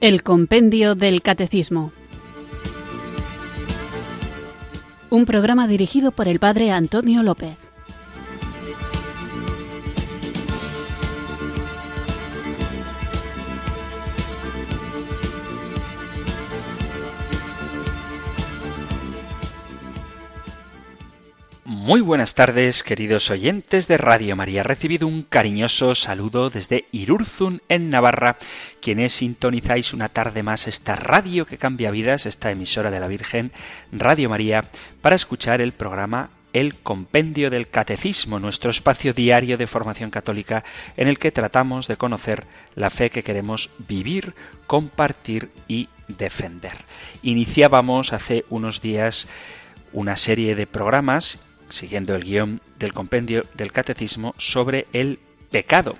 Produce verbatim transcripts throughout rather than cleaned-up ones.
El Compendio del Catecismo. Un programa dirigido por el Padre Antonio López. Muy buenas tardes, queridos oyentes de Radio María. Recibido un cariñoso saludo desde Irurzun, en Navarra, quienes sintonizáis una tarde más esta radio que cambia vidas, esta emisora de la Virgen, Radio María, para escuchar el programa El Compendio del Catecismo, nuestro espacio diario de formación católica en el que tratamos de conocer la fe que queremos vivir, compartir y defender. Iniciábamos hace unos días una serie de programas siguiendo el guión del Compendio del Catecismo sobre el pecado.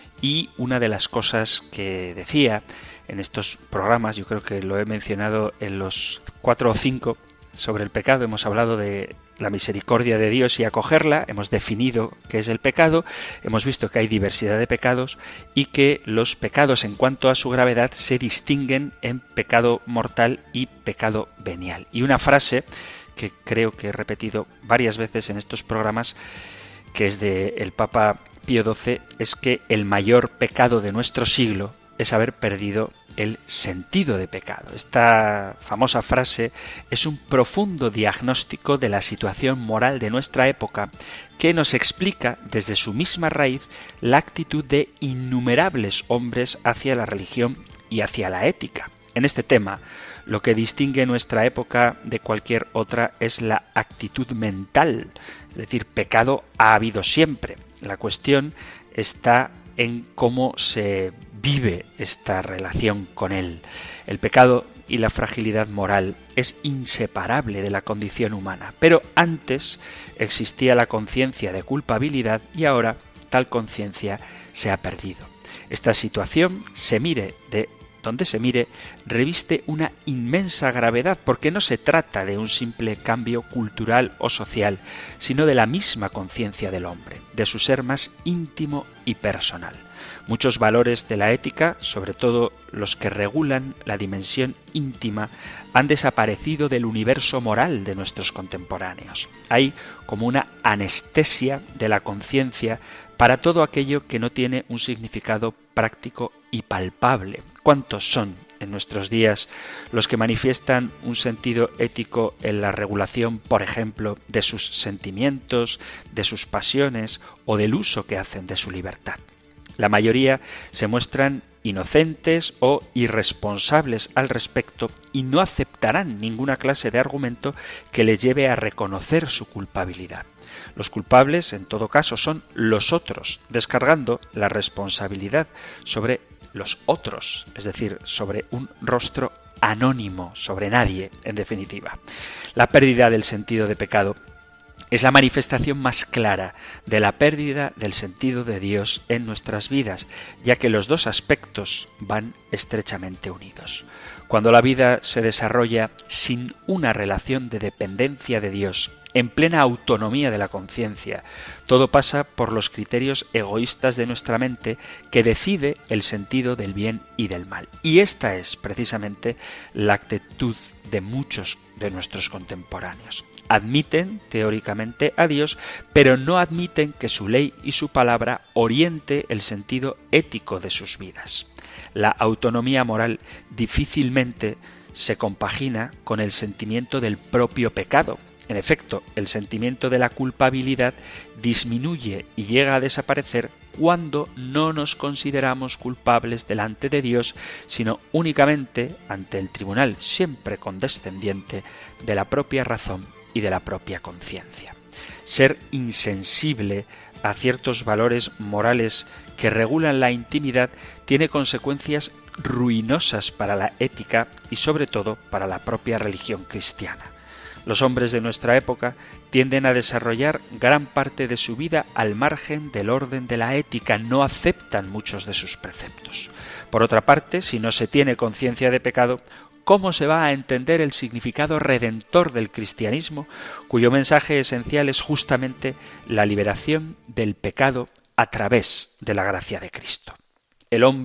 Y una de las cosas que decía en estos programas, yo creo que lo he mencionado en los cuatro o cinco sobre el pecado, hemos hablado de la misericordia de Dios y acogerla, hemos definido qué es el pecado, hemos visto que hay diversidad de pecados y que los pecados en cuanto a su gravedad se distinguen en pecado mortal y pecado venial. Y una frase que creo que he repetido varias veces en estos programas, que es del Papa Pío doce, es que el mayor pecado de nuestro siglo es haber perdido el sentido de pecado. Esta famosa frase es un profundo diagnóstico de la situación moral de nuestra época que nos explica desde su misma raíz la actitud de innumerables hombres hacia la religión y hacia la ética. En este tema, lo que distingue nuestra época de cualquier otra es la actitud mental, es decir, pecado ha habido siempre. La cuestión está en cómo se vive esta relación con él. El pecado y la fragilidad moral es inseparable de la condición humana, pero antes existía la conciencia de culpabilidad y ahora tal conciencia se ha perdido. Esta situación, se mire de donde se mire, reviste una inmensa gravedad, porque no se trata de un simple cambio cultural o social, sino de la misma conciencia del hombre, de su ser más íntimo y personal. Muchos valores de la ética, sobre todo los que regulan la dimensión íntima, han desaparecido del universo moral de nuestros contemporáneos. Hay como una anestesia de la conciencia para todo aquello que no tiene un significado práctico y palpable. ¿Cuántos son en nuestros días los que manifiestan un sentido ético en la regulación, por ejemplo, de sus sentimientos, de sus pasiones o del uso que hacen de su libertad? La mayoría se muestran inocentes o irresponsables al respecto y no aceptarán ninguna clase de argumento que les lleve a reconocer su culpabilidad. Los culpables, en todo caso, son los otros, descargando la responsabilidad sobre los otros, es decir, sobre un rostro anónimo, sobre nadie, en definitiva. La pérdida del sentido de pecado es la manifestación más clara de la pérdida del sentido de Dios en nuestras vidas, ya que los dos aspectos van estrechamente unidos. Cuando la vida se desarrolla sin una relación de dependencia de Dios, en plena autonomía de la conciencia, todo pasa por los criterios egoístas de nuestra mente que decide el sentido del bien y del mal. Y esta es precisamente la actitud de muchos de nuestros contemporáneos. Admiten teóricamente a Dios, pero no admiten que su ley y su palabra oriente el sentido ético de sus vidas. La autonomía moral difícilmente se compagina con el sentimiento del propio pecado. En efecto, el sentimiento de la culpabilidad disminuye y llega a desaparecer cuando no nos consideramos culpables delante de Dios, sino únicamente ante el tribunal siempre condescendiente de la propia razón y de la propia conciencia. Ser insensible a ciertos valores morales que regulan la intimidad tiene consecuencias ruinosas para la ética y sobre todo para la propia religión cristiana. Los hombres de nuestra época tienden a desarrollar gran parte de su vida al margen del orden de la ética, no aceptan muchos de sus preceptos. Por otra parte, si no se tiene conciencia de pecado, ¿cómo se va a entender el significado redentor del cristianismo, cuyo mensaje esencial es justamente la liberación del pecado a través de la gracia de Cristo? El hombre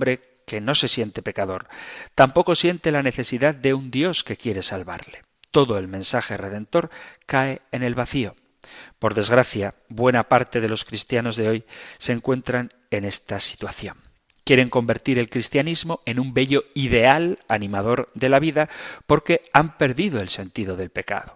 que no se siente pecador, tampoco siente la necesidad de un Dios que quiere salvarle. Todo el mensaje redentor cae en el vacío. Por desgracia, buena parte de los cristianos de hoy se encuentran en esta situación. Quieren convertir el cristianismo en un bello ideal animador de la vida porque han perdido el sentido del pecado.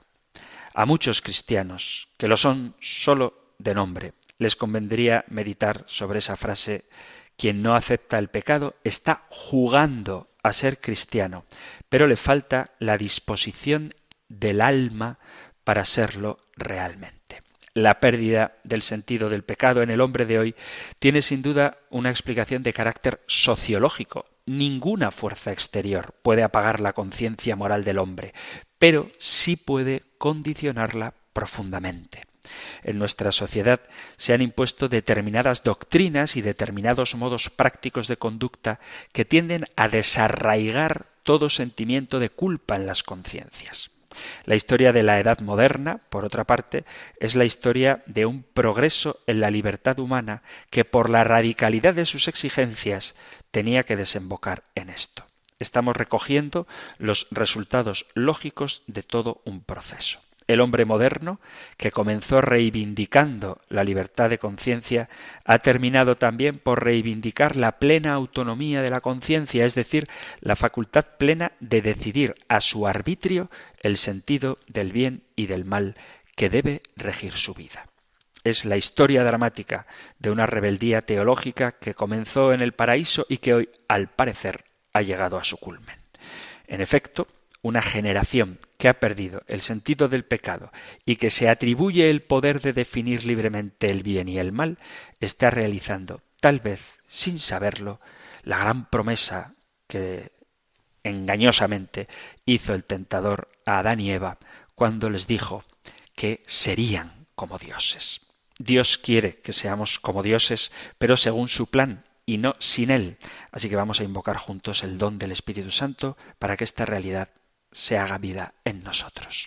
A muchos cristianos, que lo son solo de nombre, les convendría meditar sobre esa frase: quien no acepta el pecado está jugando a ser cristiano, pero le falta la disposición del alma para serlo realmente. La pérdida del sentido del pecado en el hombre de hoy tiene sin duda una explicación de carácter sociológico. Ninguna fuerza exterior puede apagar la conciencia moral del hombre, pero sí puede condicionarla profundamente. En nuestra sociedad se han impuesto determinadas doctrinas y determinados modos prácticos de conducta que tienden a desarraigar todo sentimiento de culpa en las conciencias. La historia de la Edad Moderna, por otra parte, es la historia de un progreso en la libertad humana que, por la radicalidad de sus exigencias, tenía que desembocar en esto. Estamos recogiendo los resultados lógicos de todo un proceso. El hombre moderno, que comenzó reivindicando la libertad de conciencia, ha terminado también por reivindicar la plena autonomía de la conciencia, es decir, la facultad plena de decidir a su arbitrio el sentido del bien y del mal que debe regir su vida. Es la historia dramática de una rebeldía teológica que comenzó en el paraíso y que hoy, al parecer, ha llegado a su culmen. En efecto, una generación que ha perdido el sentido del pecado y que se atribuye el poder de definir libremente el bien y el mal, está realizando, tal vez sin saberlo, la gran promesa que engañosamente hizo el tentador a Adán y Eva cuando les dijo que serían como dioses. Dios quiere que seamos como dioses, pero según su plan y no sin él. Así que vamos a invocar juntos el don del Espíritu Santo para que esta realidad se haga vida en nosotros.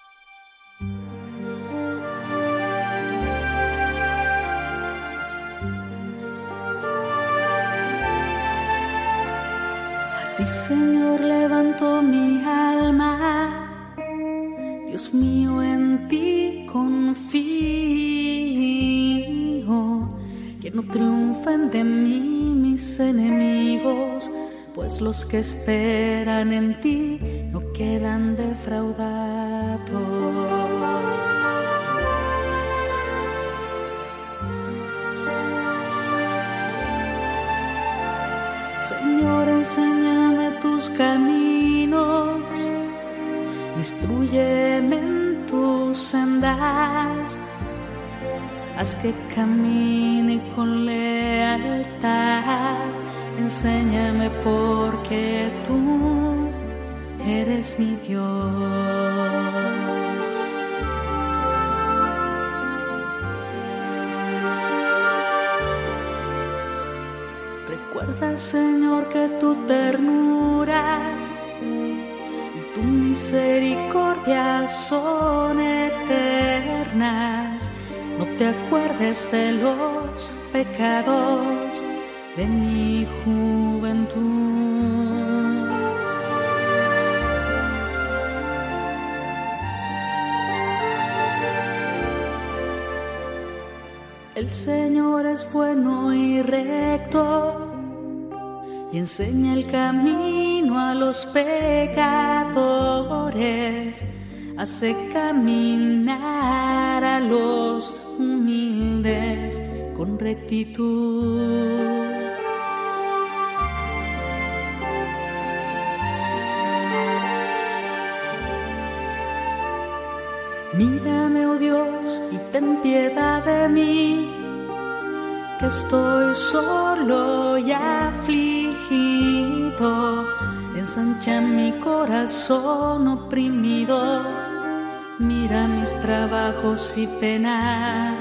A ti, Señor, levanto mi alma, Dios mío, en ti confío, que no triunfen de mí mis enemigos, pues los que esperan en ti no quedan defraudados. Señor, enséñame tus caminos, instrúyeme en tus sendas, haz que camine con lealtad. Enséñame porque tú eres mi Dios. Recuerda, Señor, que tu ternura y tu misericordia son eternas. No te acuerdes de los pecados de mi juventud. El Señor es bueno y recto y enseña el camino a los pecadores, hace caminar a los humildes con rectitud. Mírame, oh Dios, y ten piedad de mí, que estoy solo y afligido. Ensancha mi corazón oprimido, mira mis trabajos y penas.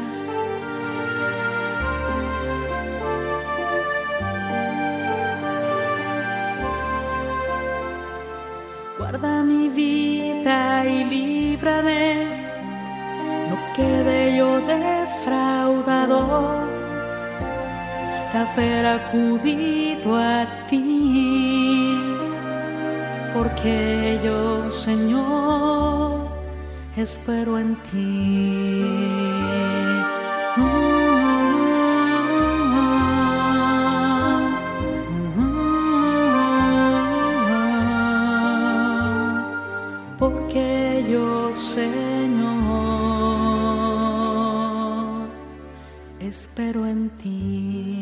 Guarda mi vida y líbrame, no quede yo defraudado. de haber acudido a ti, porque yo, Señor, espero en ti. Uh, porque yo, Señor, espero en ti.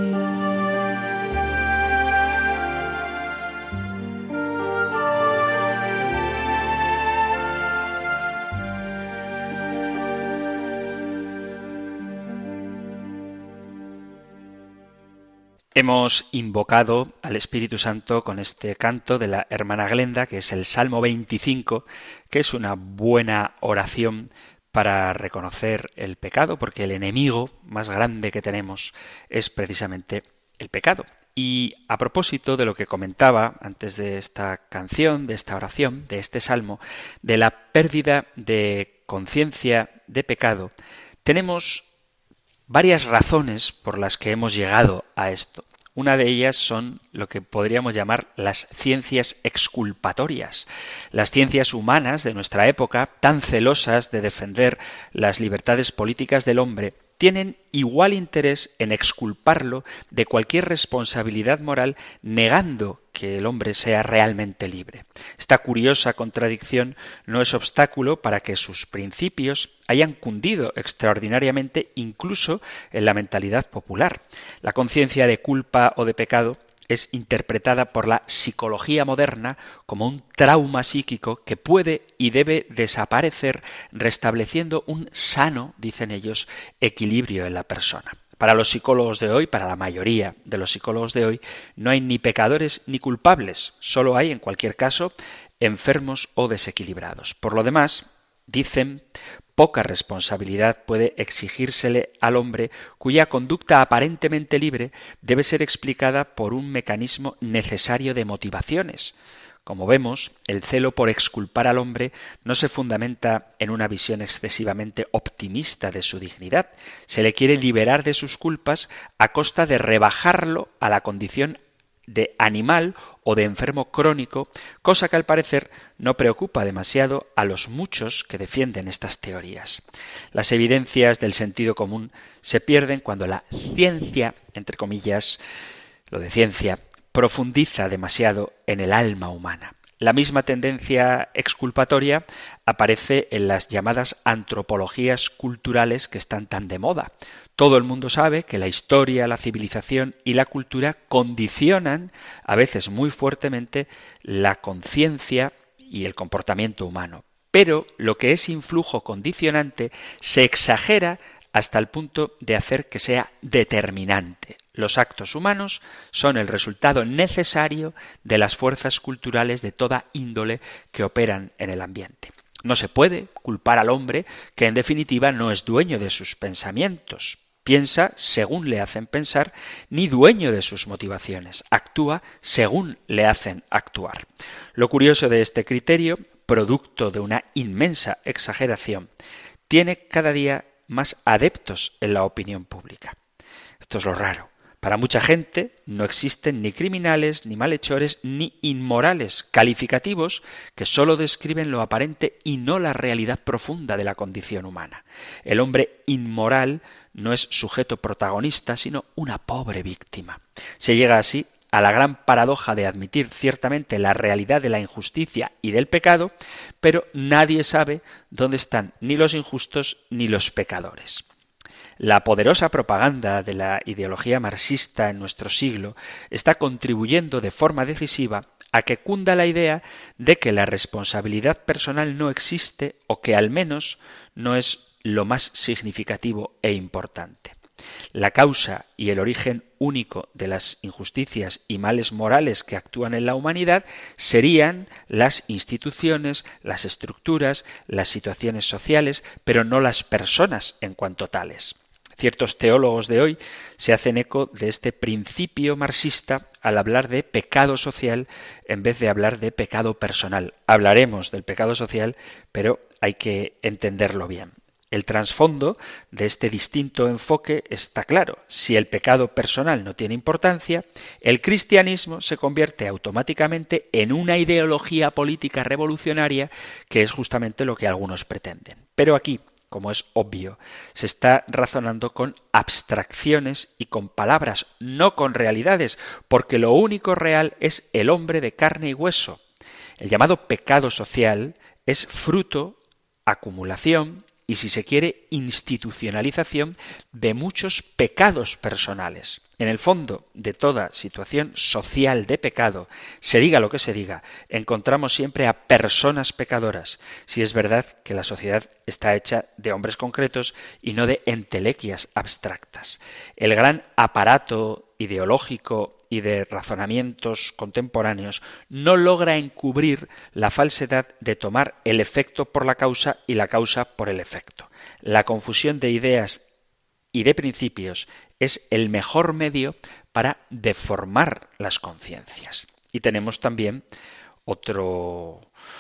Hemos invocado al Espíritu Santo con este canto de la hermana Glenda, que es el Salmo veinticinco, que es una buena oración para reconocer el pecado, porque el enemigo más grande que tenemos es precisamente el pecado. Y a propósito de lo que comentaba antes de esta canción, de esta oración, de este salmo, de la pérdida de conciencia de pecado, tenemos varias razones por las que hemos llegado a esto. Una de ellas son lo que podríamos llamar las ciencias exculpatorias. Las ciencias humanas de nuestra época, tan celosas de defender las libertades políticas del hombre, tienen igual interés en exculparlo de cualquier responsabilidad moral, negando que el hombre sea realmente libre. Esta curiosa contradicción no es obstáculo para que sus principios hayan cundido extraordinariamente incluso en la mentalidad popular. La conciencia de culpa o de pecado es interpretada por la psicología moderna como un trauma psíquico que puede y debe desaparecer, restableciendo un sano, dicen ellos, equilibrio en la persona. Para los psicólogos de hoy, para la mayoría de los psicólogos de hoy, no hay ni pecadores ni culpables, solo hay, en cualquier caso, enfermos o desequilibrados. Por lo demás, dicen, poca responsabilidad puede exigírsele al hombre cuya conducta aparentemente libre debe ser explicada por un mecanismo necesario de motivaciones. Como vemos, el celo por exculpar al hombre no se fundamenta en una visión excesivamente optimista de su dignidad. Se le quiere liberar de sus culpas a costa de rebajarlo a la condición de animal o de enfermo crónico, cosa que al parecer no preocupa demasiado a los muchos que defienden estas teorías. Las evidencias del sentido común se pierden cuando la ciencia, entre comillas, lo de ciencia, profundiza demasiado en el alma humana. La misma tendencia exculpatoria aparece en las llamadas antropologías culturales que están tan de moda. Todo el mundo sabe que la historia, la civilización y la cultura condicionan, a veces muy fuertemente, la conciencia y el comportamiento humano. Pero lo que es influjo condicionante se exagera hasta el punto de hacer que sea determinante. Los actos humanos son el resultado necesario de las fuerzas culturales de toda índole que operan en el ambiente. No se puede culpar al hombre, que en definitiva no es dueño de sus pensamientos. Piensa según le hacen pensar, ni dueño de sus motivaciones. Actúa según le hacen actuar. Lo curioso de este criterio, producto de una inmensa exageración, tiene cada día más adeptos en la opinión pública. Esto es lo raro. Para mucha gente no existen ni criminales, ni malhechores, ni inmorales, calificativos que sólo describen lo aparente y no la realidad profunda de la condición humana. El hombre inmoral no es sujeto protagonista, sino una pobre víctima. Se llega así a la gran paradoja de admitir ciertamente la realidad de la injusticia y del pecado, pero nadie sabe dónde están ni los injustos ni los pecadores. La poderosa propaganda de la ideología marxista en nuestro siglo está contribuyendo de forma decisiva a que cunda la idea de que la responsabilidad personal no existe o que al menos no es lo más significativo e importante. La causa y el origen único de las injusticias y males morales que actúan en la humanidad serían las instituciones, las estructuras, las situaciones sociales, pero no las personas en cuanto tales. Ciertos teólogos de hoy se hacen eco de este principio marxista al hablar de pecado social en vez de hablar de pecado personal. Hablaremos del pecado social, pero hay que entenderlo bien. El trasfondo de este distinto enfoque está claro. Si el pecado personal no tiene importancia, el cristianismo se convierte automáticamente en una ideología política revolucionaria, que es justamente lo que algunos pretenden. Pero aquí, como es obvio, se está razonando con abstracciones y con palabras, no con realidades, porque lo único real es el hombre de carne y hueso. El llamado pecado social es fruto, acumulación y, si se quiere, institucionalización de muchos pecados personales. En el fondo de toda situación social de pecado, se diga lo que se diga, encontramos siempre a personas pecadoras, si es verdad que la sociedad está hecha de hombres concretos y no de entelequias abstractas. El gran aparato ideológico y de razonamientos contemporáneos no logra encubrir la falsedad de tomar el efecto por la causa y la causa por el efecto. La confusión de ideas y de principios es el mejor medio para deformar las conciencias. Y tenemos también otro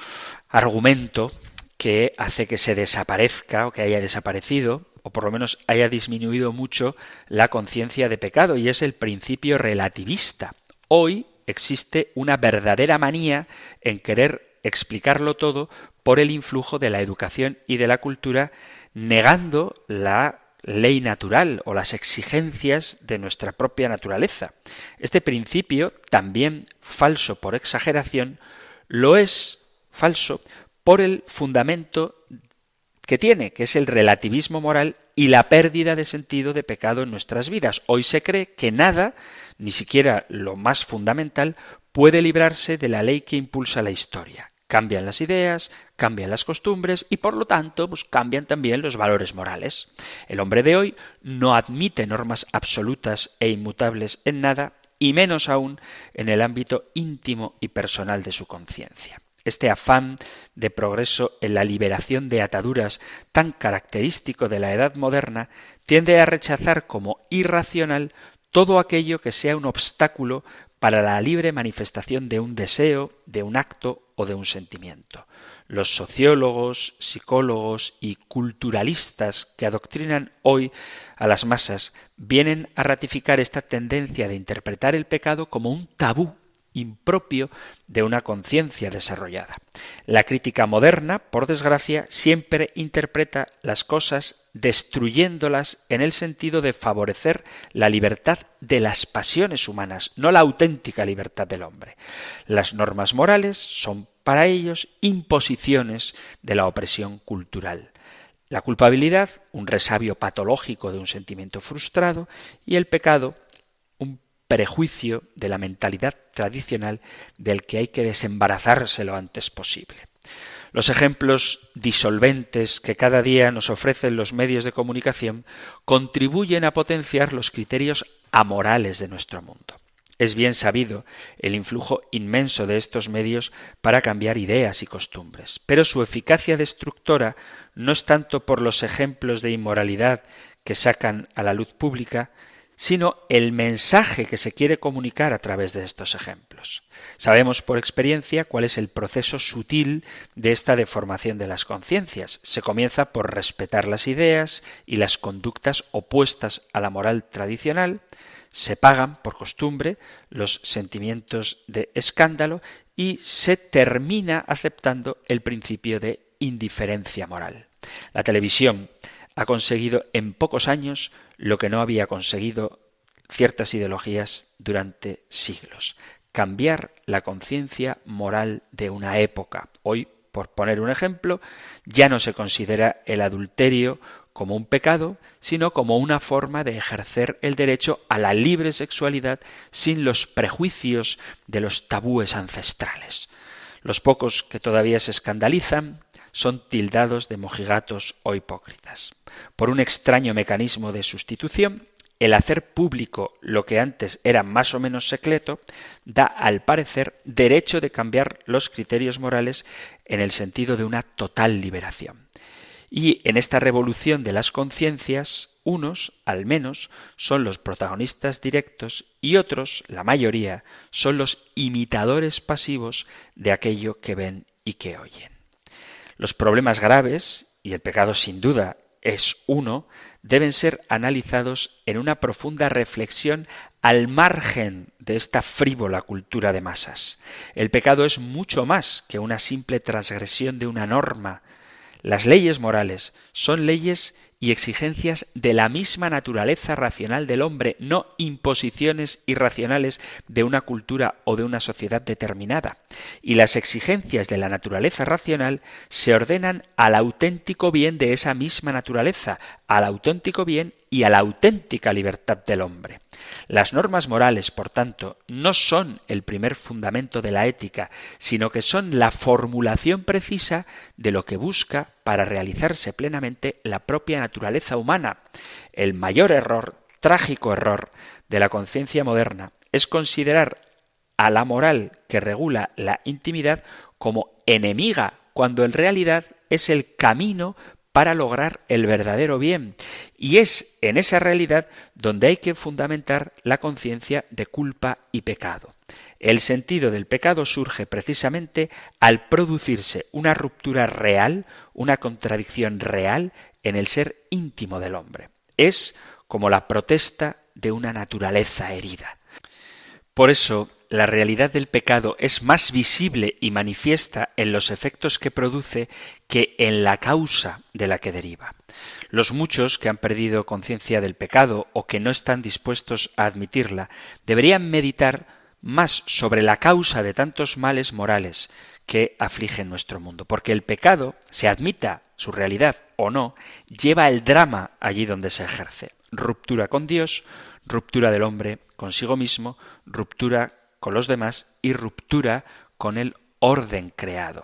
argumento que hace que se desaparezca o que haya desaparecido, o por lo menos haya disminuido mucho la conciencia de pecado, y es el principio relativista. Hoy existe una verdadera manía en querer explicarlo todo por el influjo de la educación y de la cultura, negando la ley natural o las exigencias de nuestra propia naturaleza. Este principio, también falso por exageración, lo es falso por el fundamento que tiene, que es el relativismo moral y la pérdida de sentido de pecado en nuestras vidas. Hoy se cree que nada, ni siquiera lo más fundamental, puede librarse de la ley que impulsa la historia. Cambian las ideas, cambian las costumbres y, por lo tanto, pues cambian también los valores morales. El hombre de hoy no admite normas absolutas e inmutables en nada, y menos aún en el ámbito íntimo y personal de su conciencia. Este afán de progreso en la liberación de ataduras tan característico de la edad moderna tiende a rechazar como irracional todo aquello que sea un obstáculo para la libre manifestación de un deseo, de un acto o de un sentimiento. Los sociólogos, psicólogos y culturalistas que adoctrinan hoy a las masas vienen a ratificar esta tendencia de interpretar el pecado como un tabú impropio de una conciencia desarrollada. La crítica moderna, por desgracia, siempre interpreta las cosas destruyéndolas en el sentido de favorecer la libertad de las pasiones humanas, no la auténtica libertad del hombre. Las normas morales son para ellos imposiciones de la opresión cultural. La culpabilidad, un resabio patológico de un sentimiento frustrado, y el pecado, prejuicio de la mentalidad tradicional del que hay que desembarazarse lo antes posible. Los ejemplos disolventes que cada día nos ofrecen los medios de comunicación contribuyen a potenciar los criterios amorales de nuestro mundo. Es bien sabido el influjo inmenso de estos medios para cambiar ideas y costumbres, pero su eficacia destructora no es tanto por los ejemplos de inmoralidad que sacan a la luz pública, sino el mensaje que se quiere comunicar a través de estos ejemplos. Sabemos por experiencia cuál es el proceso sutil de esta deformación de las conciencias. Se comienza por respetar las ideas y las conductas opuestas a la moral tradicional, se pagan por costumbre los sentimientos de escándalo y se termina aceptando el principio de indiferencia moral. La televisión ha conseguido en pocos años lo que no había conseguido ciertas ideologías durante siglos: cambiar la conciencia moral de una época. Hoy, por poner un ejemplo, ya no se considera el adulterio como un pecado, sino como una forma de ejercer el derecho a la libre sexualidad sin los prejuicios de los tabúes ancestrales. Los pocos que todavía se escandalizan son tildados de mojigatos o hipócritas. Por un extraño mecanismo de sustitución, el hacer público lo que antes era más o menos secreto da, al parecer, derecho de cambiar los criterios morales en el sentido de una total liberación. Y en esta revolución de las conciencias, unos, al menos, son los protagonistas directos y otros, la mayoría, son los imitadores pasivos de aquello que ven y que oyen. Los problemas graves, y el pecado sin duda es uno, deben ser analizados en una profunda reflexión al margen de esta frívola cultura de masas. El pecado es mucho más que una simple transgresión de una norma. Las leyes morales son leyes y exigencias de la misma naturaleza racional del hombre, no imposiciones irracionales de una cultura o de una sociedad determinada. Y las exigencias de la naturaleza racional se ordenan al auténtico bien de esa misma naturaleza, al auténtico bien y a la auténtica libertad del hombre. Las normas morales, por tanto, no son el primer fundamento de la ética, sino que son la formulación precisa de lo que busca para realizarse plenamente la propia naturaleza humana. El mayor error, trágico error, de la conciencia moderna es considerar a la moral que regula la intimidad como enemiga, cuando en realidad es el camino para lograr el verdadero bien. Y es en esa realidad donde hay que fundamentar la conciencia de culpa y pecado. El sentido del pecado surge precisamente al producirse una ruptura real, una contradicción real en el ser íntimo del hombre. Es como la protesta de una naturaleza herida. Por eso, la realidad del pecado es más visible y manifiesta en los efectos que produce que en la causa de la que deriva. Los muchos que han perdido conciencia del pecado o que no están dispuestos a admitirla deberían meditar más sobre la causa de tantos males morales que afligen nuestro mundo, porque el pecado, se admita su realidad o no, lleva el drama allí donde se ejerce. Ruptura con Dios, ruptura del hombre consigo mismo, ruptura con los demás y ruptura con el orden creado.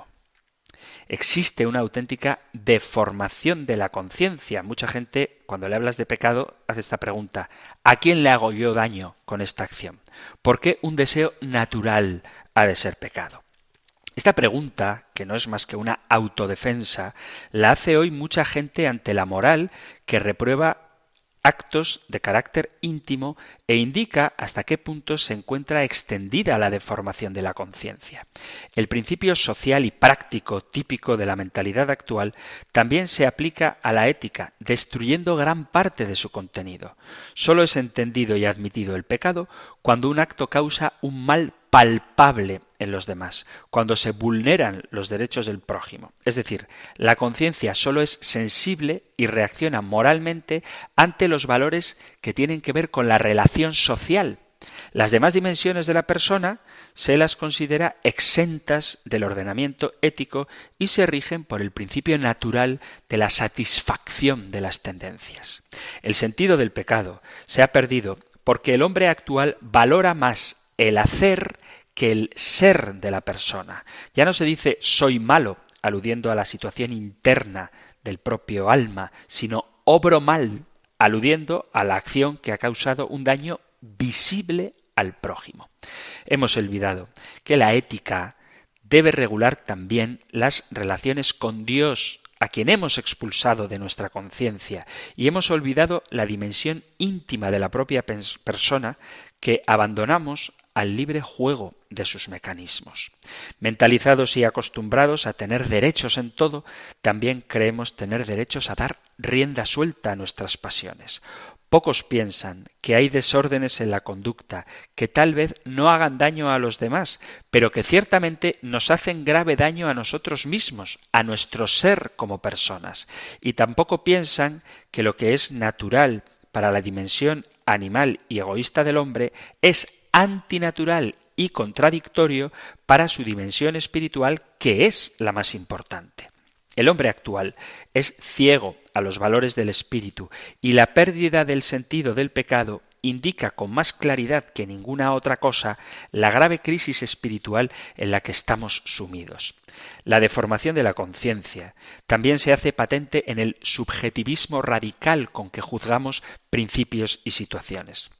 Existe una auténtica deformación de la conciencia. Mucha gente, cuando le hablas de pecado, hace esta pregunta: ¿a quién le hago yo daño con esta acción? ¿Por qué un deseo natural ha de ser pecado? Esta pregunta, que no es más que una autodefensa, la hace hoy mucha gente ante la moral que reprueba actos de carácter íntimo e indica hasta qué punto se encuentra extendida la deformación de la conciencia. El principio social y práctico típico de la mentalidad actual también se aplica a la ética, destruyendo gran parte de su contenido. Solo es entendido y admitido el pecado cuando un acto causa un mal palpable en los demás, cuando se vulneran los derechos del prójimo. Es decir, la conciencia solo es sensible y reacciona moralmente ante los valores que tienen que ver con la relación social. Las demás dimensiones de la persona se las considera exentas del ordenamiento ético y se rigen por el principio natural de la satisfacción de las tendencias. El sentido del pecado se ha perdido porque el hombre actual valora más el hacer que el ser de la persona. Ya no se dice soy malo, aludiendo a la situación interna del propio alma, sino obro mal, aludiendo a la acción que ha causado un daño visible al prójimo. Hemos olvidado que la ética debe regular también las relaciones con Dios, a quien hemos expulsado de nuestra conciencia, y hemos olvidado la dimensión íntima de la propia persona que abandonamos al libre juego de sus mecanismos. Mentalizados y acostumbrados a tener derechos en todo, también creemos tener derechos a dar rienda suelta a nuestras pasiones. Pocos piensan que hay desórdenes en la conducta que tal vez no hagan daño a los demás, pero que ciertamente nos hacen grave daño a nosotros mismos, a nuestro ser como personas. Y tampoco piensan que lo que es natural para la dimensión animal y egoísta del hombre es antinatural y contradictorio para su dimensión espiritual, que es la más importante. El hombre actual es ciego a los valores del espíritu y la pérdida del sentido del pecado indica con más claridad que ninguna otra cosa la grave crisis espiritual en la que estamos sumidos. La deformación de la conciencia también se hace patente en el subjetivismo radical con que juzgamos principios y situaciones.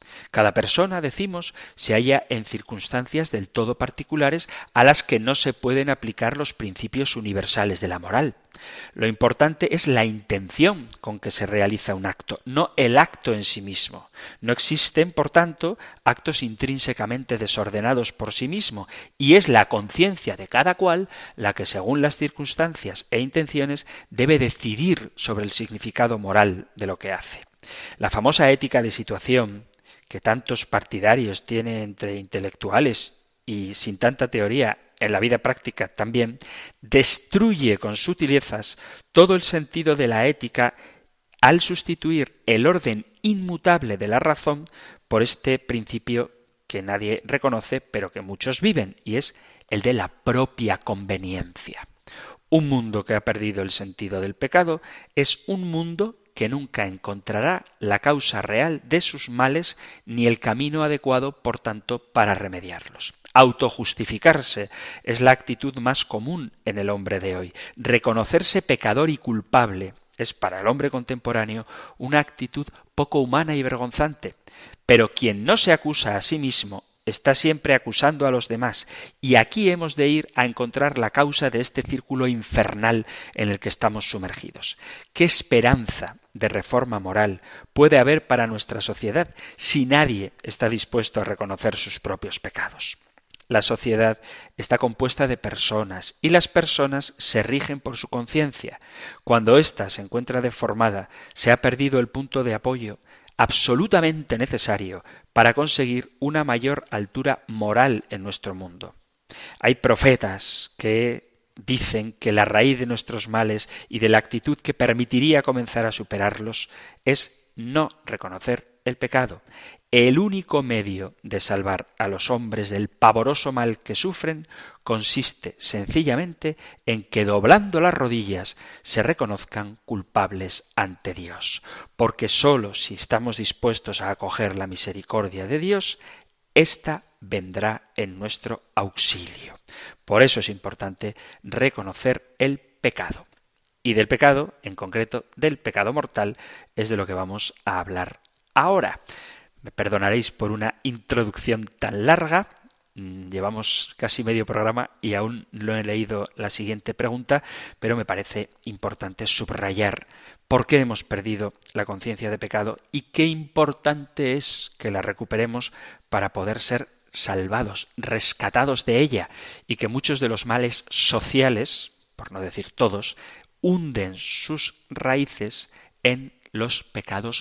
Cada persona, decimos, se halla en circunstancias del todo particulares a las que no se pueden aplicar los principios universales de la moral. Lo importante es la intención con que se realiza un acto, no el acto en sí mismo. No existen, por tanto, actos intrínsecamente desordenados por sí mismo, y es la conciencia de cada cual la que, según las circunstancias e intenciones, debe decidir sobre el significado moral de lo que hace. La famosa ética de situación, que tantos partidarios tiene entre intelectuales y sin tanta teoría en la vida práctica también, destruye con sutilezas todo el sentido de la ética al sustituir el orden inmutable de la razón por este principio que nadie reconoce pero que muchos viven, y es el de la propia conveniencia. Un mundo que ha perdido el sentido del pecado es un mundo que nunca encontrará la causa real de sus males ni el camino adecuado, por tanto, para remediarlos. Autojustificarse es la actitud más común en el hombre de hoy. Reconocerse pecador y culpable es para el hombre contemporáneo una actitud poco humana y vergonzante. Pero quien no se acusa a sí mismo está siempre acusando a los demás, y aquí hemos de ir a encontrar la causa de este círculo infernal en el que estamos sumergidos. ¿Qué esperanza de reforma moral puede haber para nuestra sociedad si nadie está dispuesto a reconocer sus propios pecados? La sociedad está compuesta de personas y las personas se rigen por su conciencia. Cuando ésta se encuentra deformada, se ha perdido el punto de apoyo absolutamente necesario para conseguir una mayor altura moral en nuestro mundo. Hay profetas que dicen que la raíz de nuestros males y de la actitud que permitiría comenzar a superarlos es no reconocer el pecado. El único medio de salvar a los hombres del pavoroso mal que sufren consiste sencillamente en que, doblando las rodillas, se reconozcan culpables ante Dios. Porque sólo si estamos dispuestos a acoger la misericordia de Dios, ésta vendrá en nuestro auxilio. Por eso es importante reconocer el pecado. Y del pecado, en concreto del pecado mortal, es de lo que vamos a hablar ahora. Me perdonaréis por una introducción tan larga. Llevamos casi medio programa y aún no he leído la siguiente pregunta, pero me parece importante subrayar por qué hemos perdido la conciencia de pecado y qué importante es que la recuperemos para poder ser salvados, rescatados de ella, y que muchos de los males sociales, por no decir todos, hunden sus raíces en los pecados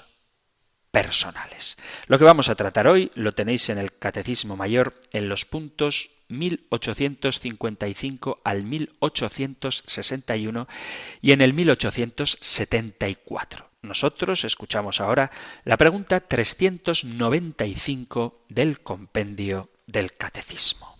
personales. Lo que vamos a tratar hoy lo tenéis en el Catecismo Mayor en los puntos mil ochocientos cincuenta y cinco al mil ochocientos sesenta y uno y en el mil ochocientos setenta y cuatro. Nosotros escuchamos ahora la pregunta trescientos noventa y cinco del compendio del Catecismo.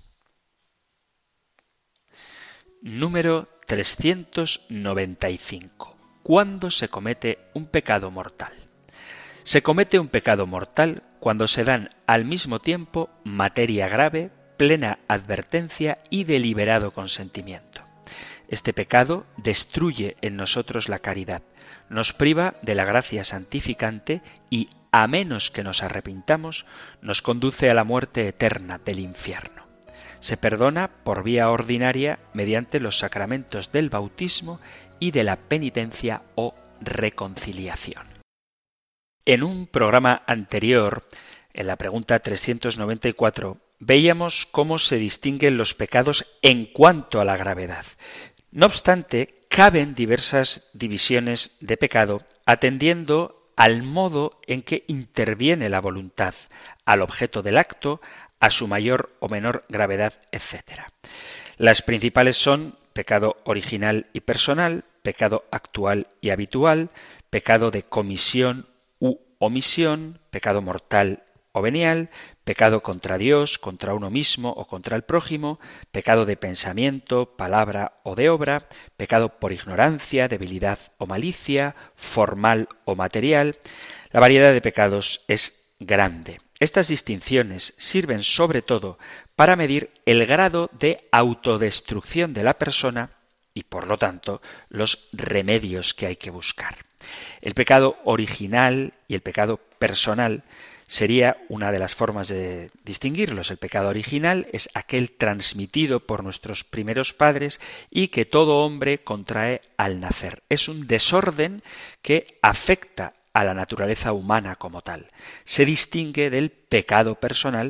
Número trescientos noventa y cinco. ¿Cuándo se comete un pecado mortal? Se comete un pecado mortal cuando se dan al mismo tiempo materia grave, plena advertencia y deliberado consentimiento. Este pecado destruye en nosotros la caridad, nos priva de la gracia santificante y, a menos que nos arrepintamos, nos conduce a la muerte eterna del infierno. Se perdona por vía ordinaria mediante los sacramentos del bautismo y de la penitencia o reconciliación. En un programa anterior, en la pregunta trescientos noventa y cuatro, veíamos cómo se distinguen los pecados en cuanto a la gravedad. No obstante, caben diversas divisiones de pecado atendiendo al modo en que interviene la voluntad, al objeto del acto, a su mayor o menor gravedad, etcétera. Las principales son pecado original y personal, pecado actual y habitual, pecado de comisión u omisión, pecado mortal o venial, pecado contra Dios, contra uno mismo o contra el prójimo, pecado de pensamiento, palabra o de obra, pecado por ignorancia, debilidad o malicia, formal o material. La variedad de pecados es grande. Estas distinciones sirven sobre todo para medir el grado de autodestrucción de la persona y, por lo tanto, los remedios que hay que buscar. El pecado original y el pecado personal sería una de las formas de distinguirlos. El pecado original es aquel transmitido por nuestros primeros padres y que todo hombre contrae al nacer. Es un desorden que afecta a la naturaleza humana como tal. Se distingue del pecado personal,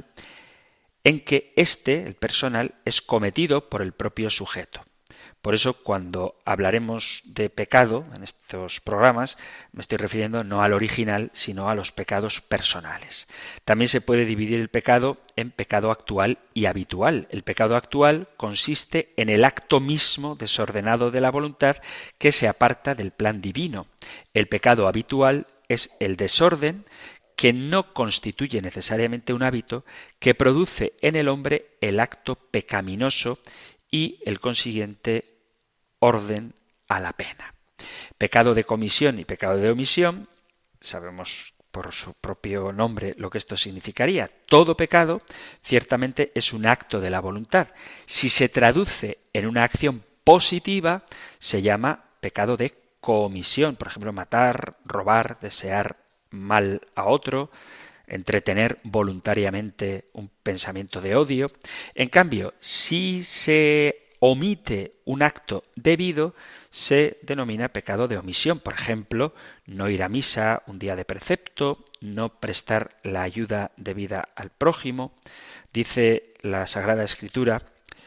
en que este, el personal, es cometido por el propio sujeto. Por eso, cuando hablaremos de pecado en estos programas, me estoy refiriendo no al original, sino a los pecados personales. También se puede dividir el pecado en pecado actual y habitual. El pecado actual consiste en el acto mismo desordenado de la voluntad que se aparta del plan divino. El pecado habitual es el desorden que no constituye necesariamente un hábito, que produce en el hombre el acto pecaminoso y el consiguiente orden a la pena. Pecado de comisión y pecado de omisión, sabemos por su propio nombre lo que esto significaría. Todo pecado ciertamente es un acto de la voluntad. Si se traduce en una acción positiva, se llama pecado de comisión. Por ejemplo, matar, robar, desear mal a otro, entretener voluntariamente un pensamiento de odio. En cambio, si se omite un acto debido, se denomina pecado de omisión. Por ejemplo, no ir a misa un día de precepto, no prestar la ayuda debida al prójimo. Dice la Sagrada Escritura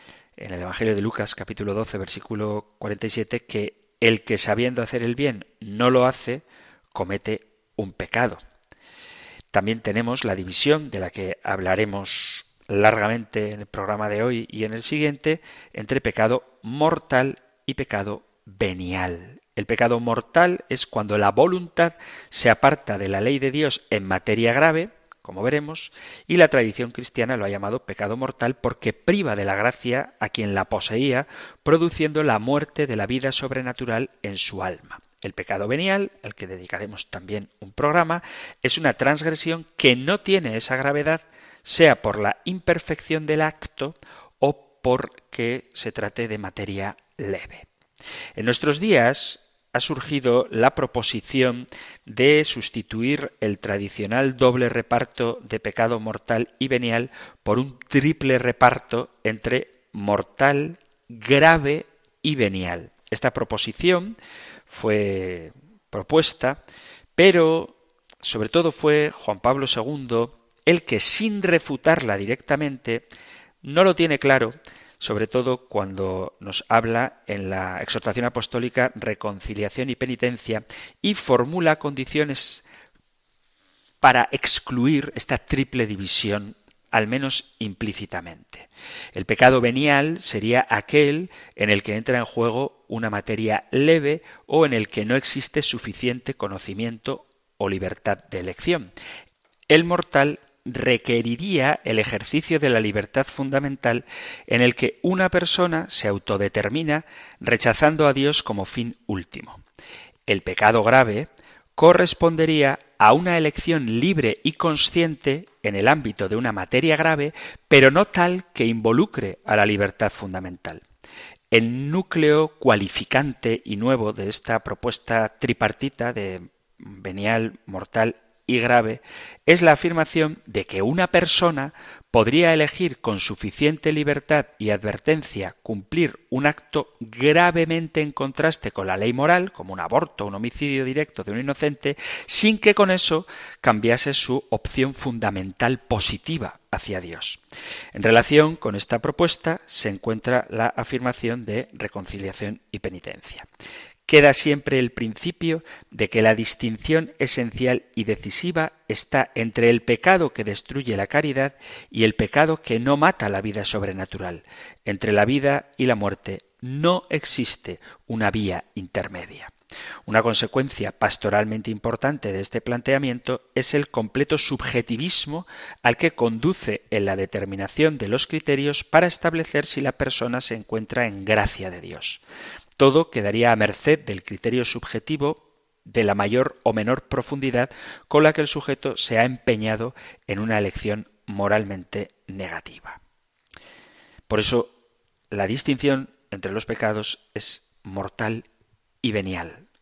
en el Evangelio de Lucas, capítulo doce, versículo cuarenta y siete, que el que sabiendo hacer el bien no lo hace, comete un pecado. También tenemos la división de la que hablaremos largamente en el programa de hoy y en el siguiente, entre pecado mortal y pecado venial. El pecado mortal es cuando la voluntad se aparta de la ley de Dios en materia grave, como veremos, y la tradición cristiana lo ha llamado pecado mortal porque priva de la gracia a quien la poseía, produciendo la muerte de la vida sobrenatural en su alma. El pecado venial, al que dedicaremos también un programa, es una transgresión que no tiene esa gravedad, sea por la imperfección del acto o porque se trate de materia leve. En nuestros días ha surgido la proposición de sustituir el tradicional doble reparto de pecado mortal y venial por un triple reparto entre mortal, grave y venial. Esta proposición fue propuesta, pero sobre todo fue Juan Pablo segundo el que, sin refutarla directamente, no lo tiene claro, sobre todo cuando nos habla en la exhortación apostólica Reconciliación y Penitencia y formula condiciones para excluir esta triple división, al menos implícitamente. El pecado venial sería aquel en el que entra en juego una materia leve o en el que no existe suficiente conocimiento o libertad de elección. El mortal requeriría el ejercicio de la libertad fundamental en el que una persona se autodetermina rechazando a Dios como fin último. El pecado grave correspondería a una elección libre y consciente en el ámbito de una materia grave, pero no tal que involucre a la libertad fundamental. El núcleo cualificante y nuevo de esta propuesta tripartita de venial, mortal y grave es la afirmación de que una persona podría elegir con suficiente libertad y advertencia cumplir un acto gravemente en contraste con la ley moral, como un aborto, un homicidio directo de un inocente, sin que con eso cambiase su opción fundamental positiva hacia Dios. En relación con esta propuesta se encuentra la afirmación de reconciliación y penitencia. Queda siempre el principio de que la distinción esencial y decisiva está entre el pecado que destruye la caridad y el pecado que no mata la vida sobrenatural. Entre la vida y la muerte no existe una vía intermedia. Una consecuencia pastoralmente importante de este planteamiento es el completo subjetivismo al que conduce en la determinación de los criterios para establecer si la persona se encuentra en gracia de Dios. Todo quedaría a merced del criterio subjetivo de la mayor o menor profundidad con la que el sujeto se ha empeñado en una elección moralmente negativa. Por eso, la distinción entre los pecados es mortal y venial,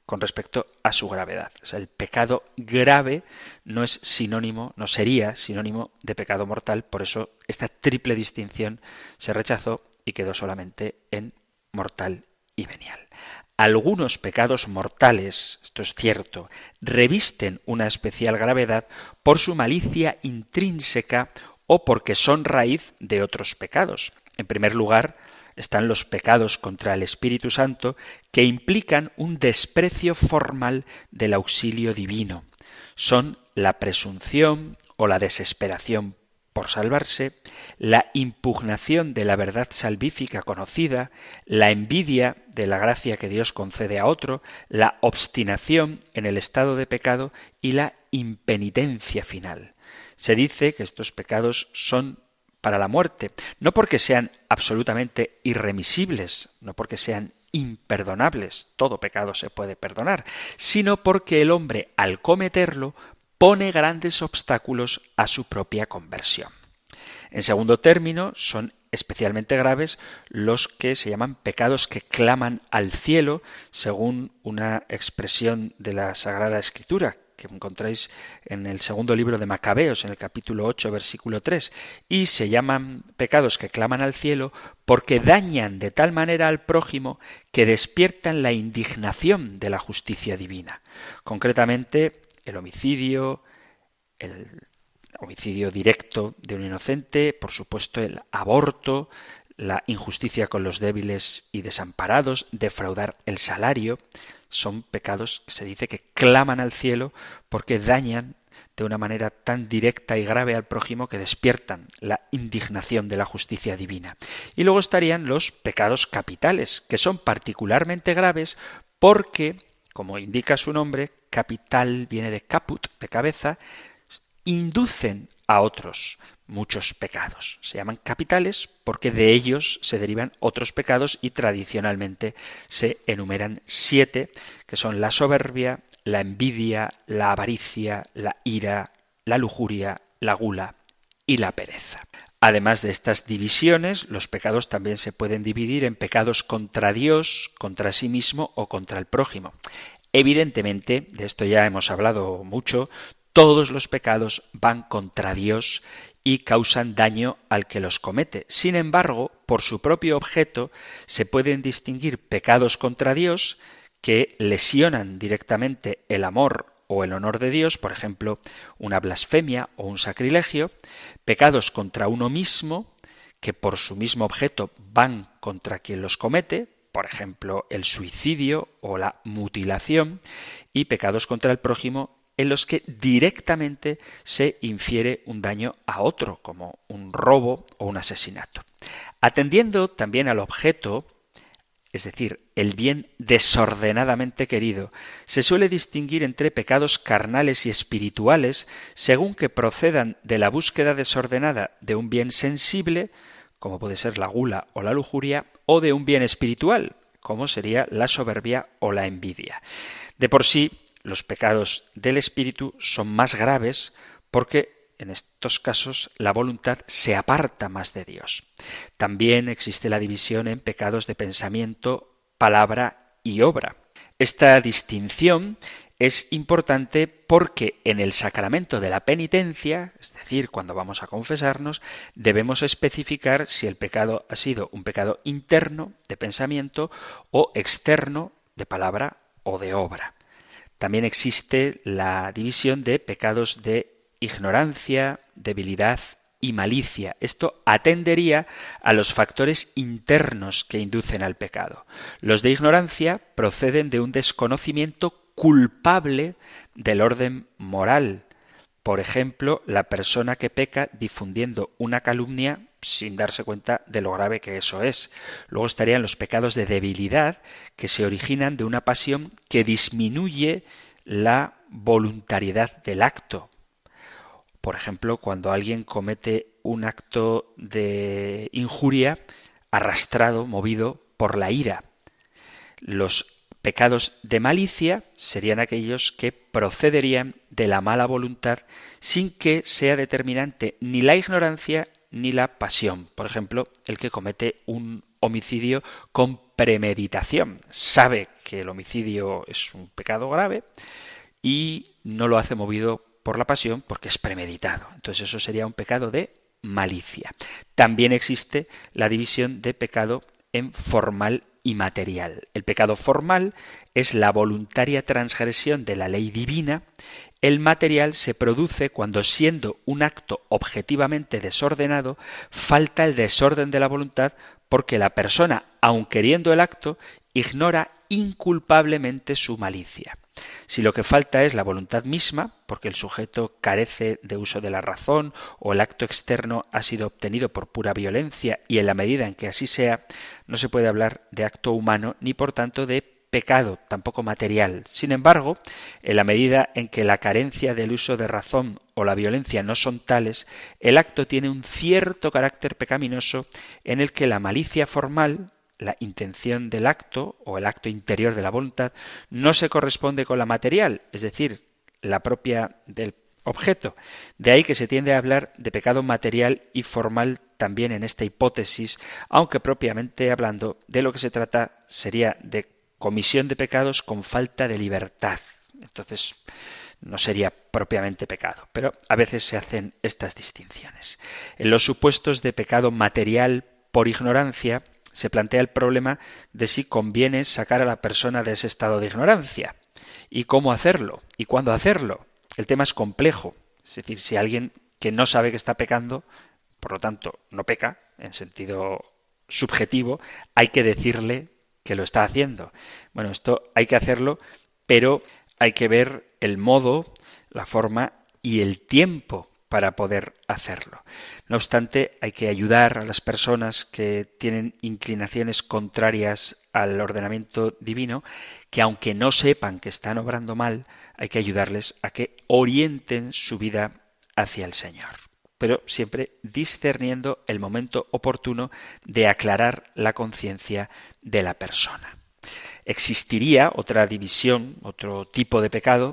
con respecto a su gravedad. O sea, el pecado grave no es sinónimo, no sería sinónimo de pecado mortal, por eso esta triple distinción se rechazó y quedó solamente en mortal y venial. Algunos pecados mortales, esto es cierto, revisten una especial gravedad por su malicia intrínseca o porque son raíz de otros pecados. En primer lugar, están los pecados contra el Espíritu Santo que implican un desprecio formal del auxilio divino. Son la presunción o la desesperación por salvarse, la impugnación de la verdad salvífica conocida, la envidia de la gracia que Dios concede a otro, la obstinación en el estado de pecado y la impenitencia final. Se dice que estos pecados son para la muerte, no porque sean absolutamente irremisibles, no porque sean imperdonables, todo pecado se puede perdonar, sino porque el hombre al cometerlo pone grandes obstáculos a su propia conversión. En segundo término, son especialmente graves los que se llaman pecados que claman al cielo, según una expresión de la Sagrada Escritura, que encontráis en el segundo libro de Macabeos, en el capítulo ocho, versículo tres, y se llaman pecados que claman al cielo porque dañan de tal manera al prójimo que despiertan la indignación de la justicia divina. Concretamente, el homicidio, el homicidio directo de un inocente, por supuesto el aborto, la injusticia con los débiles y desamparados, defraudar el salario, son pecados que se dice que claman al cielo porque dañan de una manera tan directa y grave al prójimo que despiertan la indignación de la justicia divina. Y luego estarían los pecados capitales, que son particularmente graves porque, como indica su nombre, capital viene de caput, de cabeza, inducen a otros muchos pecados. Se llaman capitales porque de ellos se derivan otros pecados y tradicionalmente se enumeran siete, que son la soberbia, la envidia, la avaricia, la ira, la lujuria, la gula y la pereza. Además de estas divisiones, los pecados también se pueden dividir en pecados contra Dios, contra sí mismo o contra el prójimo. Evidentemente, de esto ya hemos hablado mucho, todos los pecados van contra Dios y causan daño al que los comete. Sin embargo, por su propio objeto, se pueden distinguir pecados contra Dios que lesionan directamente el amor o el honor de Dios, por ejemplo, una blasfemia o un sacrilegio, pecados contra uno mismo, que por su mismo objeto van contra quien los comete, por ejemplo, el suicidio o la mutilación, y pecados contra el prójimo, en los que directamente se infiere un daño a otro, como un robo o un asesinato. Atendiendo también al objeto, es decir, el bien desordenadamente querido, se suele distinguir entre pecados carnales y espirituales según que procedan de la búsqueda desordenada de un bien sensible, como puede ser la gula o la lujuria, o de un bien espiritual, como sería la soberbia o la envidia. De por sí, los pecados del espíritu son más graves porque en estos casos la voluntad se aparta más de Dios. También existe la división en pecados de pensamiento, palabra y obra. Esta distinción es importante porque en el sacramento de la penitencia, es decir, cuando vamos a confesarnos, debemos especificar si el pecado ha sido un pecado interno de pensamiento o externo de palabra o de obra. También existe la división de pecados de ignorancia, debilidad y malicia. Esto atendería a los factores internos que inducen al pecado. Los de ignorancia proceden de un desconocimiento culpable del orden moral. Por ejemplo, la persona que peca difundiendo una calumnia sin darse cuenta de lo grave que eso es. Luego estarían los pecados de debilidad, que se originan de una pasión que disminuye la voluntariedad del acto. Por ejemplo, cuando alguien comete un acto de injuria arrastrado, movido por la ira. Los pecados de malicia serían aquellos que procederían de la mala voluntad sin que sea determinante ni la ignorancia ni la pasión. Por ejemplo, el que comete un homicidio con premeditación. Sabe que el homicidio es un pecado grave y no lo hace movido por la pasión porque es premeditado. Entonces eso sería un pecado de malicia. También existe la división de pecado en formal y material. El pecado formal es la voluntaria transgresión de la ley divina. El material se produce cuando, siendo un acto objetivamente desordenado, falta el desorden de la voluntad porque la persona, aun queriendo el acto, ignora inculpablemente su malicia. Si lo que falta es la voluntad misma, porque el sujeto carece de uso de la razón o el acto externo ha sido obtenido por pura violencia y en la medida en que así sea, no se puede hablar de acto humano ni por tanto de pecado, tampoco material. Sin embargo, en la medida en que la carencia del uso de razón o la violencia no son tales, el acto tiene un cierto carácter pecaminoso en el que la malicia formal, la intención del acto o el acto interior de la voluntad, no se corresponde con la material, es decir, la propia del objeto. De ahí que se tiende a hablar de pecado material y formal también en esta hipótesis, aunque propiamente hablando de lo que se trata sería de comisión de pecados con falta de libertad. Entonces no sería propiamente pecado, pero a veces se hacen estas distinciones. En los supuestos de pecado material por ignorancia, se plantea el problema de si conviene sacar a la persona de ese estado de ignorancia. ¿Y cómo hacerlo? ¿Y cuándo hacerlo? El tema es complejo. Es decir, si alguien que no sabe que está pecando, por lo tanto no peca, en sentido subjetivo, hay que decirle que lo está haciendo. Bueno, esto hay que hacerlo, pero hay que ver el modo, la forma y el tiempo para poder hacerlo. No obstante, hay que ayudar a las personas que tienen inclinaciones contrarias al ordenamiento divino, que aunque no sepan que están obrando mal, hay que ayudarles a que orienten su vida hacia el Señor. Pero siempre discerniendo el momento oportuno de aclarar la conciencia de la persona. Existiría otra división, otro tipo de pecado,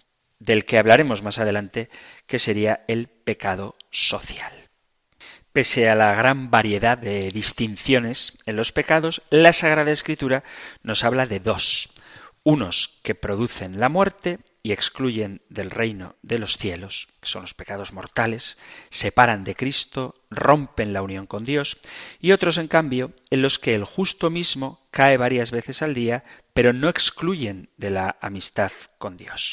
del que hablaremos más adelante, que sería el pecado social. Pese a la gran variedad de distinciones en los pecados, la Sagrada Escritura nos habla de dos. Unos que producen la muerte y excluyen del reino de los cielos, que son los pecados mortales, separan de Cristo, rompen la unión con Dios, y otros, en cambio, en los que el justo mismo cae varias veces al día, pero no excluyen de la amistad con Dios.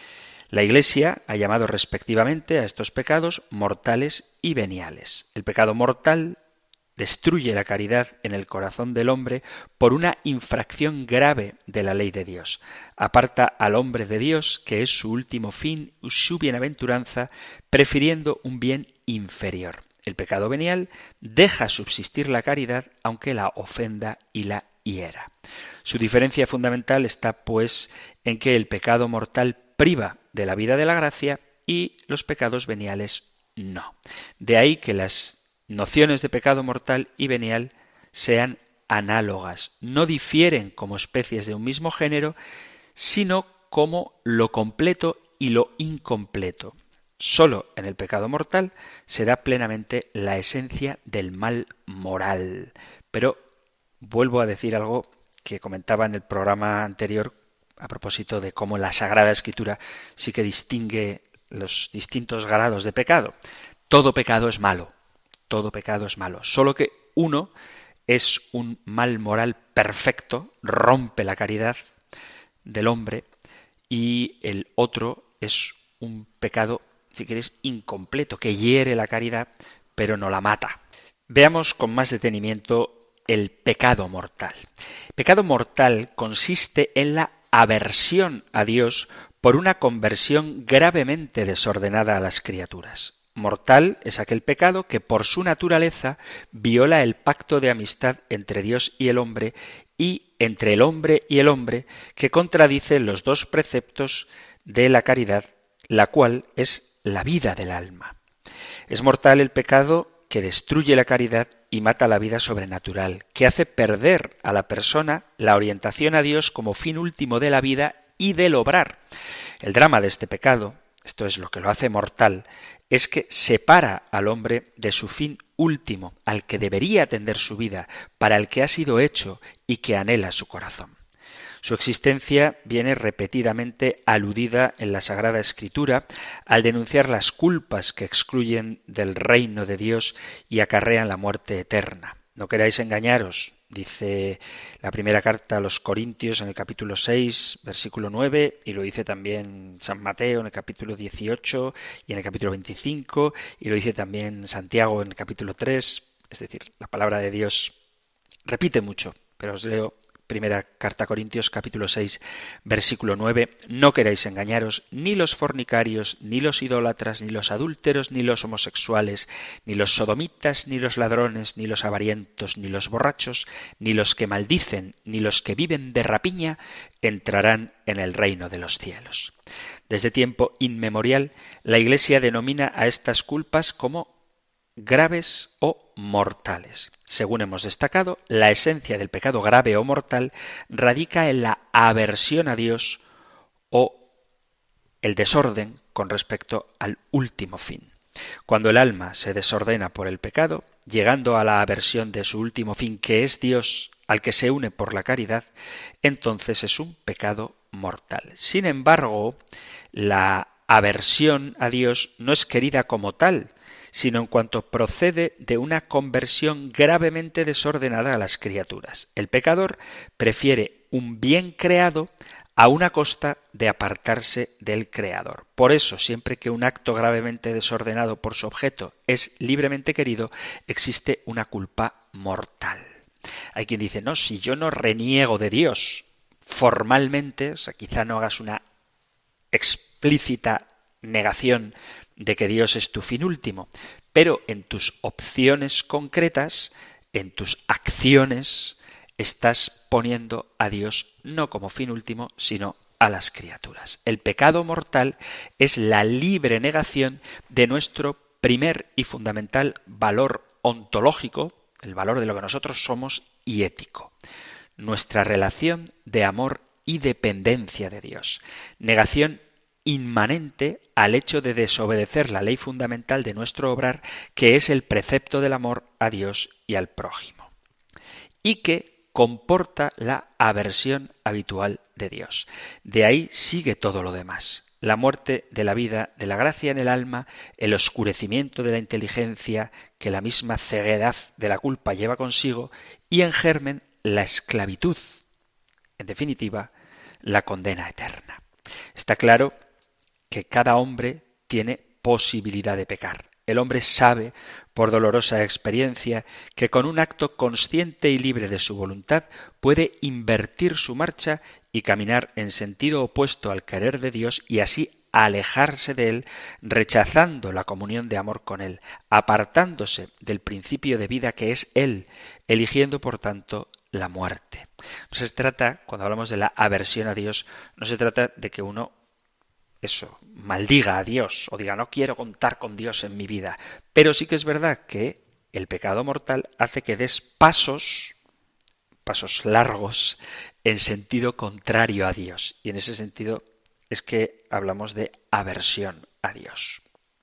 La Iglesia ha llamado respectivamente a estos pecados mortales y veniales. El pecado mortal destruye la caridad en el corazón del hombre por una infracción grave de la ley de Dios. Aparta al hombre de Dios, que es su último fin, su bienaventuranza, prefiriendo un bien inferior. El pecado venial deja subsistir la caridad, aunque la ofenda y la hiera. Su diferencia fundamental está, pues, en que el pecado mortal priva de la vida de la gracia y los pecados veniales no. De ahí que las nociones de pecado mortal y venial sean análogas, no difieren como especies de un mismo género, sino como lo completo y lo incompleto. Solo en el pecado mortal se da plenamente la esencia del mal moral. Pero vuelvo a decir algo que comentaba en el programa anterior a propósito de cómo la Sagrada Escritura sí que distingue los distintos grados de pecado. Todo pecado es malo, todo pecado es malo, solo que uno es un mal moral perfecto, rompe la caridad del hombre, y el otro es un pecado, si quieres, incompleto, que hiere la caridad, pero no la mata. Veamos con más detenimiento el pecado mortal. Pecado mortal consiste en la aversión a Dios por una conversión gravemente desordenada a las criaturas. Mortal es aquel pecado que por su naturaleza viola el pacto de amistad entre Dios y el hombre y entre el hombre y el hombre, que contradice los dos preceptos de la caridad, la cual es la vida del alma. Es mortal el pecado que destruye la caridad y mata la vida sobrenatural, que hace perder a la persona la orientación a Dios como fin último de la vida y del obrar. El drama de este pecado, esto es lo que lo hace mortal, es que separa al hombre de su fin último al que debería atender su vida, para el que ha sido hecho y que anhela su corazón. Su existencia viene repetidamente aludida en la Sagrada Escritura al denunciar las culpas que excluyen del reino de Dios y acarrean la muerte eterna. No queráis engañaros, dice la primera carta a los Corintios en el capítulo seis, versículo nueve, y lo dice también San Mateo en el capítulo dieciocho y en el capítulo veinticinco, y lo dice también Santiago en el capítulo tres. Es decir, la palabra de Dios repite mucho, pero os leo primera carta a Corintios capítulo seis, versículo nueve. No queráis engañaros, ni los fornicarios, ni los idólatras, ni los adúlteros, ni los homosexuales, ni los sodomitas, ni los ladrones, ni los avarientos, ni los borrachos, ni los que maldicen, ni los que viven de rapiña, entrarán en el reino de los cielos. Desde tiempo inmemorial, la Iglesia denomina a estas culpas como graves o mortales. Según hemos destacado, la esencia del pecado grave o mortal radica en la aversión a Dios o el desorden con respecto al último fin. Cuando el alma se desordena por el pecado, llegando a la aversión de su último fin, que es Dios, al que se une por la caridad, entonces es un pecado mortal. Sin embargo, la aversión a Dios no es querida como tal, sino en cuanto procede de una conversión gravemente desordenada a las criaturas. El pecador prefiere un bien creado a una costa de apartarse del Creador. Por eso, siempre que un acto gravemente desordenado por su objeto es libremente querido, existe una culpa mortal. Hay quien dice, no, si yo no reniego de Dios formalmente, o sea, quizá no hagas una explícita negación de que Dios es tu fin último, pero en tus opciones concretas, en tus acciones, estás poniendo a Dios no como fin último, sino a las criaturas. El pecado mortal es la libre negación de nuestro primer y fundamental valor ontológico, el valor de lo que nosotros somos, y ético. Nuestra relación de amor y dependencia de Dios. Negación inmanente al hecho de desobedecer la ley fundamental de nuestro obrar, que es el precepto del amor a Dios y al prójimo, y que comporta la aversión habitual de Dios. De ahí sigue todo lo demás. La muerte de la vida, de la gracia en el alma, el oscurecimiento de la inteligencia que la misma ceguedad de la culpa lleva consigo, y en germen la esclavitud, en definitiva, la condena eterna. Está claro que cada hombre tiene posibilidad de pecar. El hombre sabe, por dolorosa experiencia, que con un acto consciente y libre de su voluntad puede invertir su marcha y caminar en sentido opuesto al querer de Dios y así alejarse de Él, rechazando la comunión de amor con Él, apartándose del principio de vida que es Él, eligiendo por tanto la muerte. No se trata, cuando hablamos de la aversión a Dios, no se trata de que uno eso, maldiga a Dios o diga no quiero contar con Dios en mi vida. Pero sí que es verdad que el pecado mortal hace que des pasos, pasos largos, en sentido contrario a Dios. Y en ese sentido es que hablamos de aversión a Dios.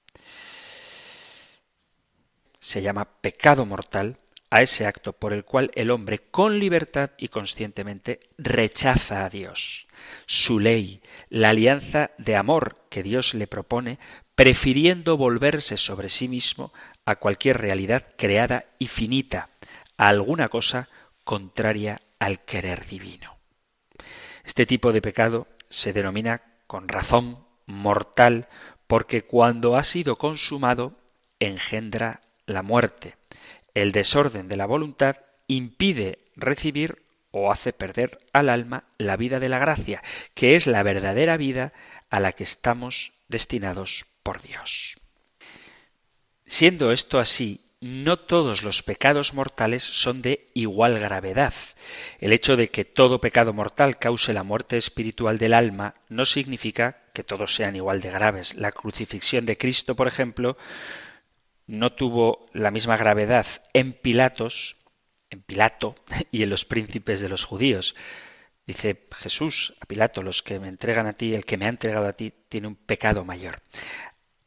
Se llama pecado mortal a ese acto por el cual el hombre con libertad y conscientemente rechaza a Dios, su ley, la alianza de amor que Dios le propone, prefiriendo volverse sobre sí mismo a cualquier realidad creada y finita, a alguna cosa contraria al querer divino. Este tipo de pecado se denomina con razón mortal porque cuando ha sido consumado engendra la muerte. El desorden de la voluntad impide recibir o hace perder al alma la vida de la gracia, que es la verdadera vida a la que estamos destinados por Dios. Siendo esto así, no todos los pecados mortales son de igual gravedad. El hecho de que todo pecado mortal cause la muerte espiritual del alma no significa que todos sean igual de graves. La crucifixión de Cristo, por ejemplo, no tuvo la misma gravedad en Pilatos, en Pilato y en los príncipes de los judíos. Dice Jesús a Pilato, los que me entregan a ti, el que me ha entregado a ti, tiene un pecado mayor.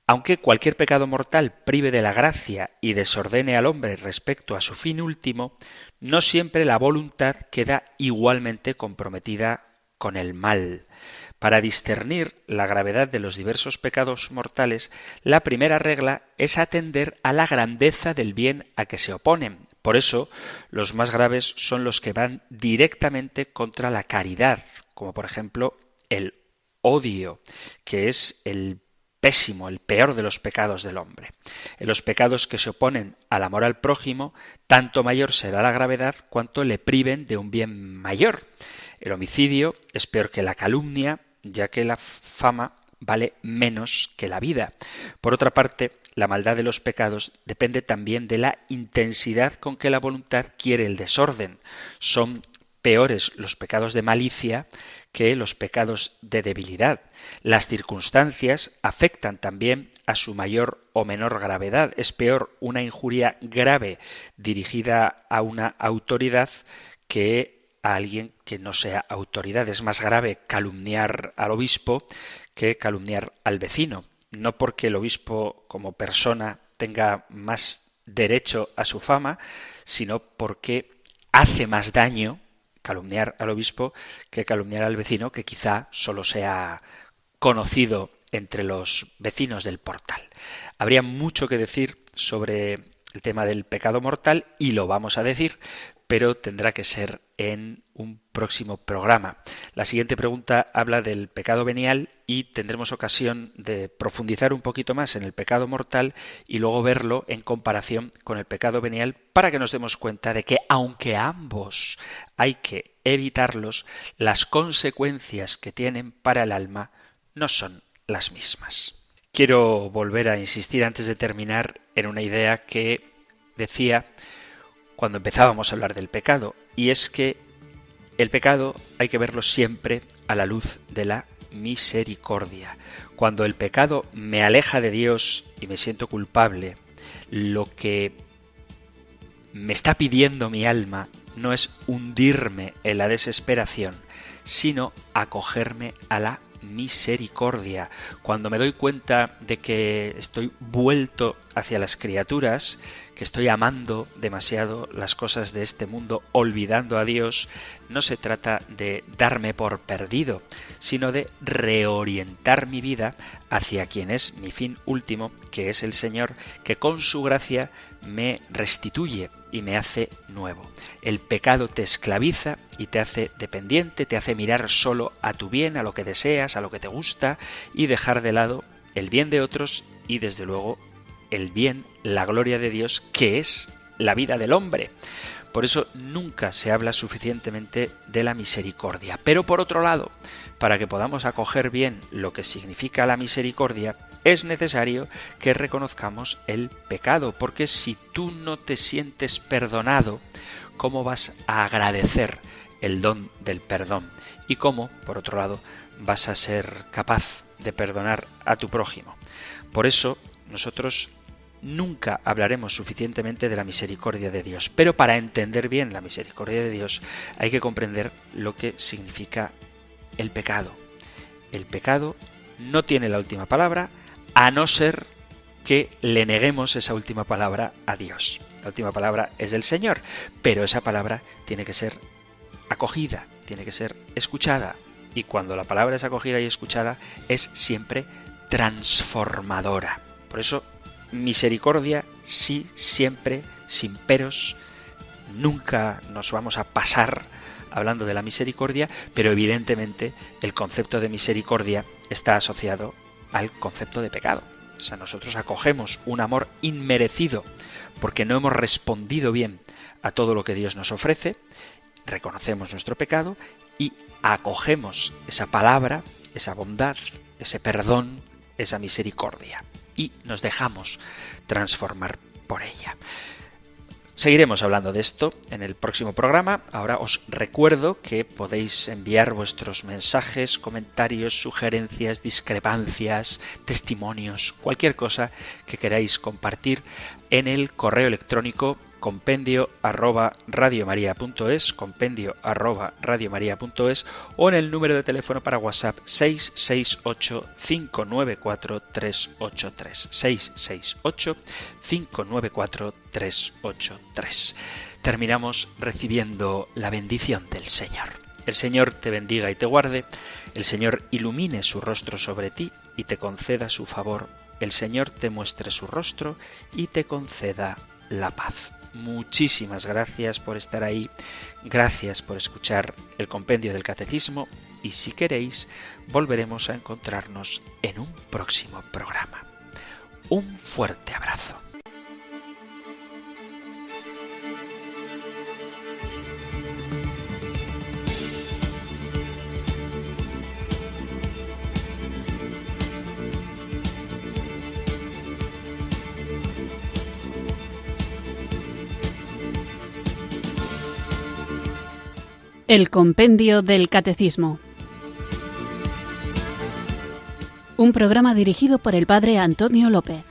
Aunque cualquier pecado mortal prive de la gracia y desordene al hombre respecto a su fin último, no siempre la voluntad queda igualmente comprometida con el mal. Para discernir la gravedad de los diversos pecados mortales, la primera regla es atender a la grandeza del bien a que se oponen. Por eso, los más graves son los que van directamente contra la caridad, como por ejemplo el odio, que es el pésimo, el peor de los pecados del hombre. En los pecados que se oponen al amor al prójimo, tanto mayor será la gravedad cuanto le priven de un bien mayor. El homicidio es peor que la calumnia, ya que la fama vale menos que la vida. Por otra parte, la maldad de los pecados depende también de la intensidad con que la voluntad quiere el desorden. Son peores los pecados de malicia que los pecados de debilidad. Las circunstancias afectan también a su mayor o menor gravedad. Es peor una injuria grave dirigida a una autoridad que a alguien que no sea autoridad. Es más grave calumniar al obispo que calumniar al vecino. No porque el obispo como persona tenga más derecho a su fama, sino porque hace más daño calumniar al obispo que calumniar al vecino, que quizá solo sea conocido entre los vecinos del portal. Habría mucho que decir sobre el tema del pecado mortal y lo vamos a decir, pero tendrá que ser en un próximo programa. La siguiente pregunta habla del pecado venial y tendremos ocasión de profundizar un poquito más en el pecado mortal y luego verlo en comparación con el pecado venial para que nos demos cuenta de que aunque ambos hay que evitarlos, las consecuencias que tienen para el alma no son las mismas. Quiero volver a insistir antes de terminar en una idea que decía cuando empezábamos a hablar del pecado, y es que el pecado hay que verlo siempre a la luz de la misericordia. Cuando el pecado me aleja de Dios y me siento culpable, lo que me está pidiendo mi alma no es hundirme en la desesperación, sino acogerme a la misericordia. Cuando me doy cuenta de que estoy vuelto hacia las criaturas, que estoy amando demasiado las cosas de este mundo, olvidando a Dios, no se trata de darme por perdido, sino de reorientar mi vida hacia quien es mi fin último, que es el Señor, que con su gracia me restituye y me hace nuevo. El pecado te esclaviza y te hace dependiente, te hace mirar solo a tu bien, a lo que deseas, a lo que te gusta, y dejar de lado el bien de otros y desde luego el bien, la gloria de Dios, que es la vida del hombre. Por eso nunca se habla suficientemente de la misericordia. Pero por otro lado, para que podamos acoger bien lo que significa la misericordia, es necesario que reconozcamos el pecado, porque si tú no te sientes perdonado, ¿cómo vas a agradecer el don del perdón? Y cómo, por otro lado, vas a ser capaz de perdonar a tu prójimo. Por eso, nosotros nunca hablaremos suficientemente de la misericordia de Dios, pero para entender bien la misericordia de Dios hay que comprender lo que significa el pecado. El pecado no tiene la última palabra, a no ser que le neguemos esa última palabra a Dios. La última palabra es del Señor, pero esa palabra tiene que ser acogida, tiene que ser escuchada, y cuando la palabra es acogida y escuchada es siempre transformadora. Por eso, misericordia sí, siempre, sin peros. Nunca nos vamos a pasar hablando de la misericordia, pero evidentemente el concepto de misericordia está asociado al concepto de pecado. O sea, nosotros acogemos un amor inmerecido porque no hemos respondido bien a todo lo que Dios nos ofrece, reconocemos nuestro pecado y acogemos esa palabra, esa bondad, ese perdón, esa misericordia, y nos dejamos transformar por ella. Seguiremos hablando de esto en el próximo programa. Ahora os recuerdo que podéis enviar vuestros mensajes, comentarios, sugerencias, discrepancias, testimonios, cualquier cosa que queráis compartir en el correo electrónico compendio arroba radiomaria.es, compendio arroba radiomaria.es, o en el número de teléfono para WhatsApp seis seis ocho, cinco nueve cuatro, tres ocho tres, seis seis ocho, cinco nueve cuatro, tres ocho tres. Terminamos recibiendo la bendición del Señor. El Señor te bendiga y te guarde, el Señor ilumine su rostro sobre ti y te conceda su favor, el Señor te muestre su rostro y te conceda la paz. Muchísimas gracias por estar ahí, gracias por escuchar el compendio del Catecismo, y si queréis volveremos a encontrarnos en un próximo programa. Un fuerte abrazo. El Compendio del Catecismo. Un programa dirigido por el Padre Antonio López.